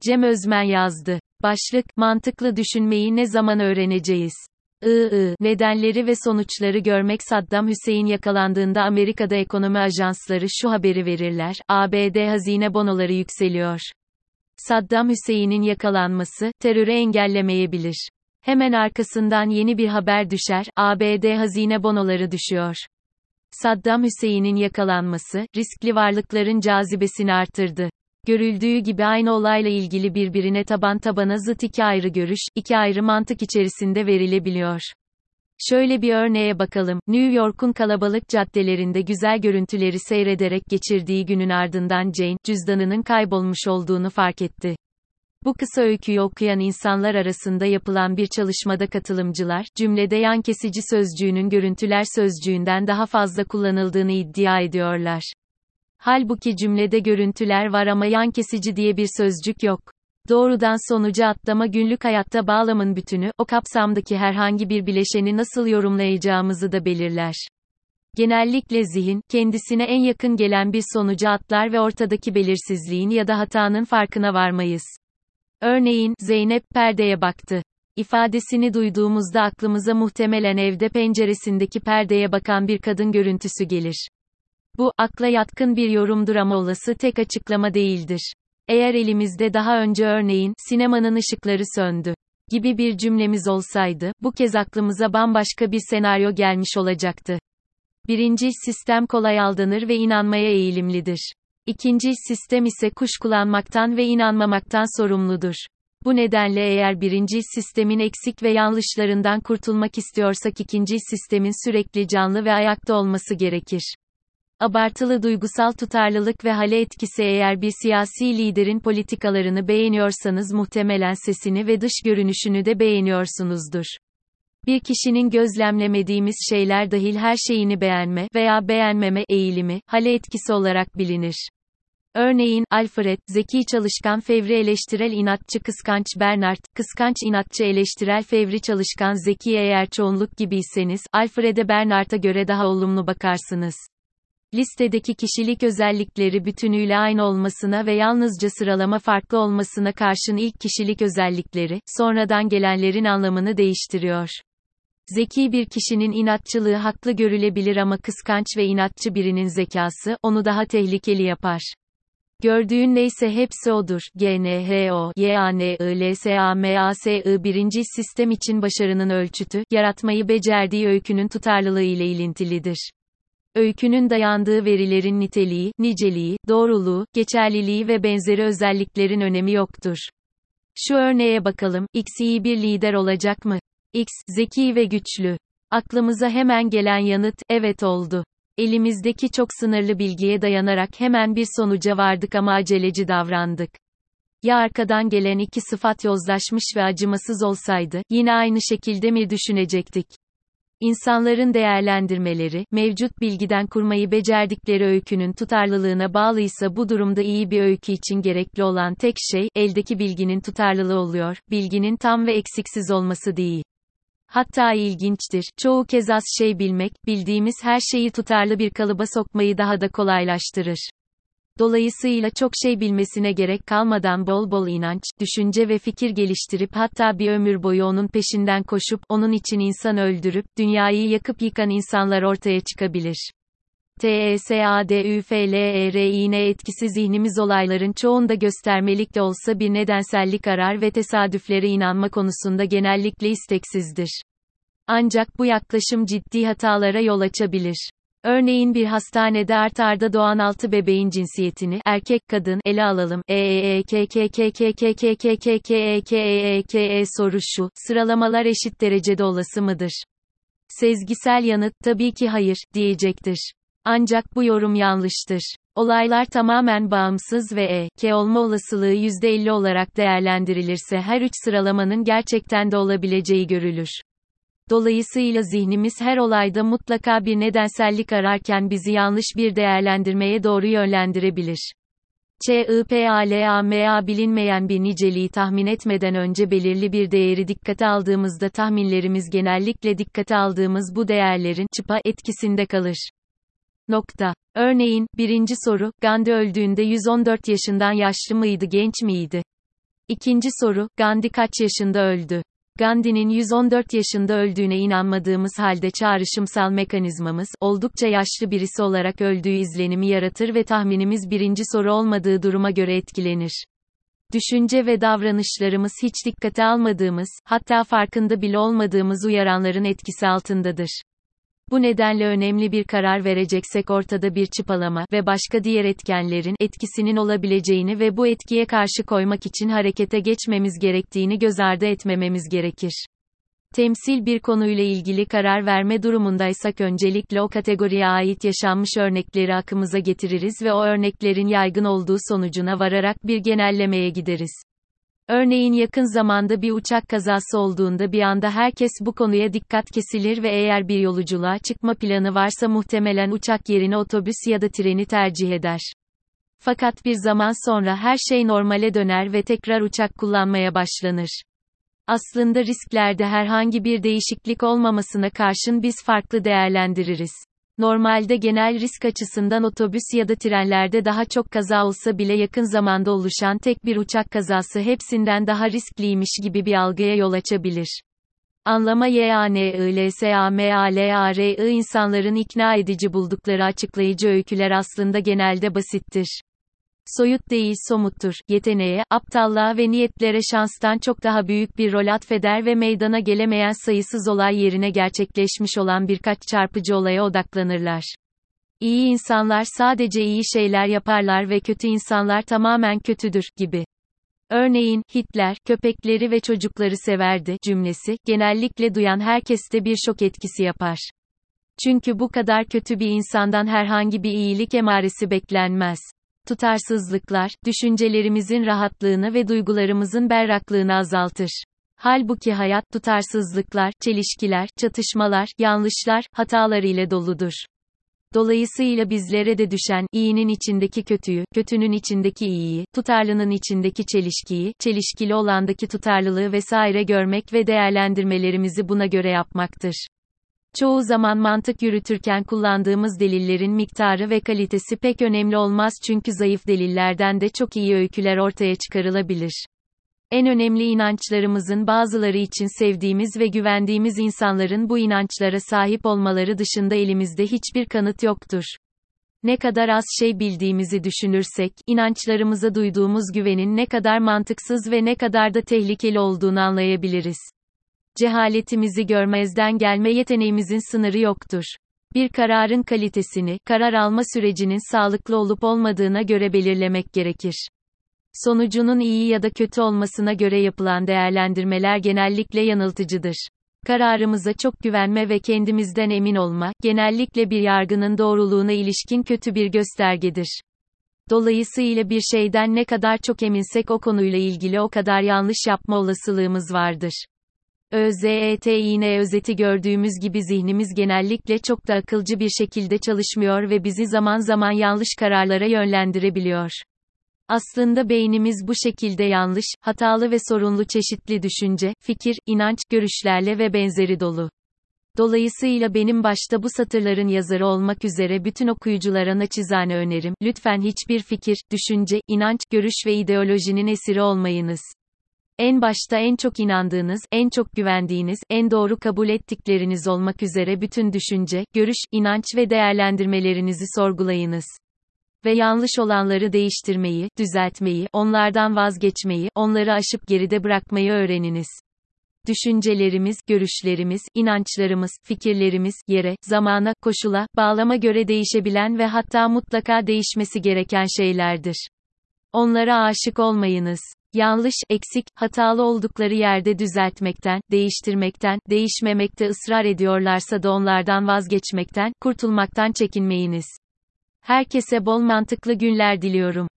Cem Özmen yazdı. Başlık, mantıklı düşünmeyi ne zaman öğreneceğiz? Nedenleri ve sonuçları görmek. Saddam Hüseyin yakalandığında Amerika'da ekonomi ajansları şu haberi verirler: ABD hazine bonoları yükseliyor. Saddam Hüseyin'in yakalanması, terörü engellemeyebilir. Hemen arkasından yeni bir haber düşer: ABD hazine bonoları düşüyor. Saddam Hüseyin'in yakalanması, riskli varlıkların cazibesini artırdı. Görüldüğü gibi aynı olayla ilgili birbirine taban tabana zıt iki ayrı görüş, iki ayrı mantık içerisinde verilebiliyor. Şöyle bir örneğe bakalım. New York'un kalabalık caddelerinde güzel görüntüleri seyrederek geçirdiği günün ardından Jane, cüzdanının kaybolmuş olduğunu fark etti. Bu kısa öyküyü okuyan insanlar arasında yapılan bir çalışmada katılımcılar, cümlede yan kesici sözcüğünün görüntüler sözcüğünden daha fazla kullanıldığını iddia ediyorlar. Halbuki cümlede görüntüler var ama yan kesici diye bir sözcük yok. Doğrudan sonuca atlama günlük hayatta bağlamın bütünü, o kapsamdaki herhangi bir bileşeni nasıl yorumlayacağımızı da belirler. Genellikle zihin, kendisine en yakın gelen bir sonuca atlar ve ortadaki belirsizliğin ya da hatanın farkına varmayız. Örneğin, Zeynep perdeye baktı ifadesini duyduğumuzda aklımıza muhtemelen evde penceresindeki perdeye bakan bir kadın görüntüsü gelir. Bu, akla yatkın bir yorumdur ama olası tek açıklama değildir. Eğer elimizde daha önce örneğin, sinemanın ışıkları söndü gibi bir cümlemiz olsaydı, bu kez aklımıza bambaşka bir senaryo gelmiş olacaktı. Birinci sistem kolay aldanır ve inanmaya eğilimlidir. İkinci sistem ise kuşkulanmaktan ve inanmamaktan sorumludur. Bu nedenle eğer birinci sistemin eksik ve yanlışlarından kurtulmak istiyorsak ikinci sistemin sürekli canlı ve ayakta olması gerekir. Abartılı duygusal tutarlılık ve hale etkisi. Eğer bir siyasi liderin politikalarını beğeniyorsanız muhtemelen sesini ve dış görünüşünü de beğeniyorsunuzdur. Bir kişinin gözlemlemediğimiz şeyler dahil her şeyini beğenme veya beğenmeme eğilimi, hale etkisi olarak bilinir. Örneğin, Alfred, zeki çalışkan fevri eleştirel inatçı kıskanç Bernard, kıskanç inatçı eleştirel fevri çalışkan zeki. Eğer çoğunluk gibiyseniz, Alfred'e Bernard'a göre daha olumlu bakarsınız. Listedeki kişilik özellikleri bütünüyle aynı olmasına ve yalnızca sıralama farklı olmasına karşın ilk kişilik özellikleri, sonradan gelenlerin anlamını değiştiriyor. Zeki bir kişinin inatçılığı haklı görülebilir ama kıskanç ve inatçı birinin zekası, onu daha tehlikeli yapar. Gördüğün neyse hepsi odur. GNHO-YANILSAMASI. Birinci sistem için başarının ölçütü, yaratmayı becerdiği öykünün tutarlılığı ile ilintilidir. Öykünün dayandığı verilerin niteliği, niceliği, doğruluğu, geçerliliği ve benzeri özelliklerin önemi yoktur. Şu örneğe bakalım: X iyi bir lider olacak mı? X, zeki ve güçlü. Aklımıza hemen gelen yanıt, evet oldu. Elimizdeki çok sınırlı bilgiye dayanarak hemen bir sonuca vardık ama aceleci davrandık. Ya arkadan gelen iki sıfat yozlaşmış ve acımasız olsaydı, yine aynı şekilde mi düşünecektik? İnsanların değerlendirmeleri, mevcut bilgiden kurmayı becerdikleri öykünün tutarlılığına bağlıysa bu durumda iyi bir öykü için gerekli olan tek şey, eldeki bilginin tutarlılığı oluyor, bilginin tam ve eksiksiz olması değil. Hatta ilginçtir, çoğu kez az şey bilmek, bildiğimiz her şeyi tutarlı bir kalıba sokmayı daha da kolaylaştırır. Dolayısıyla çok şey bilmesine gerek kalmadan bol bol inanç, düşünce ve fikir geliştirip hatta bir ömür boyu onun peşinden koşup, onun için insan öldürüp, dünyayı yakıp yıkan insanlar ortaya çıkabilir. TESADÜFLERİN etkisi zihnimiz olayların çoğunda göstermelik de olsa bir nedensellik arar ve tesadüflere inanma konusunda genellikle isteksizdir. Ancak bu yaklaşım ciddi hatalara yol açabilir. Örneğin bir hastanede art arda doğan 6 bebeğin cinsiyetini, erkek kadın, ele alalım. Soru şu: sıralamalar eşit derecede olası mıdır? Sezgisel yanıt, tabii ki hayır, diyecektir. Ancak bu yorum yanlıştır. Olaylar tamamen bağımsız ve olma olasılığı %50 olarak değerlendirilirse her üç sıralamanın gerçekten de olabileceği görülür. Dolayısıyla zihnimiz her olayda mutlaka bir nedensellik ararken bizi yanlış bir değerlendirmeye doğru yönlendirebilir. CIPALAMA bilinmeyen bir niceliği tahmin etmeden önce belirli bir değeri dikkate aldığımızda tahminlerimiz genellikle dikkate aldığımız bu değerlerin çıpa etkisinde kalır. Örneğin, birinci soru, Gandhi öldüğünde 114 yaşından yaşlı mıydı, genç miydi? İkinci soru, Gandhi kaç yaşında öldü? Gandhi'nin 114 yaşında öldüğüne inanmadığımız halde çağrışımsal mekanizmamız, oldukça yaşlı birisi olarak öldüğü izlenimi yaratır ve tahminimiz birinci soru olmadığı duruma göre etkilenir. Düşünce ve davranışlarımız hiç dikkate almadığımız, hatta farkında bile olmadığımız uyaranların etkisi altındadır. Bu nedenle önemli bir karar vereceksek ortada bir çıpalama ve başka diğer etkenlerin etkisinin olabileceğini ve bu etkiye karşı koymak için harekete geçmemiz gerektiğini göz ardı etmememiz gerekir. Temsil bir konuyla ilgili karar verme durumundaysak öncelikle o kategoriye ait yaşanmış örnekleri aklımıza getiririz ve o örneklerin yaygın olduğu sonucuna vararak bir genellemeye gideriz. Örneğin yakın zamanda bir uçak kazası olduğunda bir anda herkes bu konuya dikkat kesilir ve eğer bir yolculuğa çıkma planı varsa muhtemelen uçak yerine otobüs ya da treni tercih eder. Fakat bir zaman sonra her şey normale döner ve tekrar uçak kullanmaya başlanır. Aslında risklerde herhangi bir değişiklik olmamasına karşın biz farklı değerlendiririz. Normalde genel risk açısından otobüs ya da trenlerde daha çok kaza olsa bile yakın zamanda oluşan tek bir uçak kazası hepsinden daha riskliymiş gibi bir algıya yol açabilir. Anlama yanılsamalr insanların ikna edici buldukları açıklayıcı öyküler aslında genelde basittir. Soyut değil somuttur, yeteneğe, aptallığa ve niyetlere şanstan çok daha büyük bir rol atfeder ve meydana gelemeyen sayısız olay yerine gerçekleşmiş olan birkaç çarpıcı olaya odaklanırlar. İyi insanlar sadece iyi şeyler yaparlar ve kötü insanlar tamamen kötüdür, gibi. Örneğin, Hitler, köpekleri ve çocukları severdi, cümlesi, genellikle duyan herkeste bir şok etkisi yapar. Çünkü bu kadar kötü bir insandan herhangi bir iyilik emaresi beklenmez. Tutarsızlıklar, düşüncelerimizin rahatlığını ve duygularımızın berraklığını azaltır. Halbuki hayat, tutarsızlıklar, çelişkiler, çatışmalar, yanlışlar, hatalar ile doludur. Dolayısıyla bizlere de düşen, iyinin içindeki kötüyü, kötünün içindeki iyiyi, tutarlının içindeki çelişkiyi, çelişkili olandaki tutarlılığı vesaire görmek ve değerlendirmelerimizi buna göre yapmaktır. Çoğu zaman mantık yürütürken kullandığımız delillerin miktarı ve kalitesi pek önemli olmaz çünkü zayıf delillerden de çok iyi öyküler ortaya çıkarılabilir. En önemli inançlarımızın bazıları için sevdiğimiz ve güvendiğimiz insanların bu inançlara sahip olmaları dışında elimizde hiçbir kanıt yoktur. Ne kadar az şey bildiğimizi düşünürsek, inançlarımıza duyduğumuz güvenin ne kadar mantıksız ve ne kadar da tehlikeli olduğunu anlayabiliriz. Cehaletimizi görmezden gelme yeteneğimizin sınırı yoktur. Bir kararın kalitesini, karar alma sürecinin sağlıklı olup olmadığına göre belirlemek gerekir. Sonucunun iyi ya da kötü olmasına göre yapılan değerlendirmeler genellikle yanıltıcıdır. Kararımıza çok güvenme ve kendimizden emin olma, genellikle bir yargının doğruluğuna ilişkin kötü bir göstergedir. Dolayısıyla bir şeyden ne kadar çok eminsek o konuyla ilgili o kadar yanlış yapma olasılığımız vardır. Özeti gördüğümüz gibi zihnimiz genellikle çok da akılcı bir şekilde çalışmıyor ve bizi zaman zaman yanlış kararlara yönlendirebiliyor. Aslında beynimiz bu şekilde yanlış, hatalı ve sorunlu çeşitli düşünce, fikir, inanç, görüşlerle ve benzeri dolu. Dolayısıyla benim başta bu satırların yazarı olmak üzere bütün okuyuculara naçizane önerim, lütfen hiçbir fikir, düşünce, inanç, görüş ve ideolojinin esiri olmayınız. En başta en çok inandığınız, en çok güvendiğiniz, en doğru kabul ettikleriniz olmak üzere bütün düşünce, görüş, inanç ve değerlendirmelerinizi sorgulayınız. Ve yanlış olanları değiştirmeyi, düzeltmeyi, onlardan vazgeçmeyi, onları aşıp geride bırakmayı öğreniniz. Düşüncelerimiz, görüşlerimiz, inançlarımız, fikirlerimiz, yere, zamana, koşula, bağlama göre değişebilen ve hatta mutlaka değişmesi gereken şeylerdir. Onlara aşık olmayınız. Yanlış, eksik, hatalı oldukları yerde düzeltmekten, değiştirmekten, değişmemekte ısrar ediyorlarsa da onlardan vazgeçmekten, kurtulmaktan çekinmeyiniz. Herkese bol mantıklı günler diliyorum.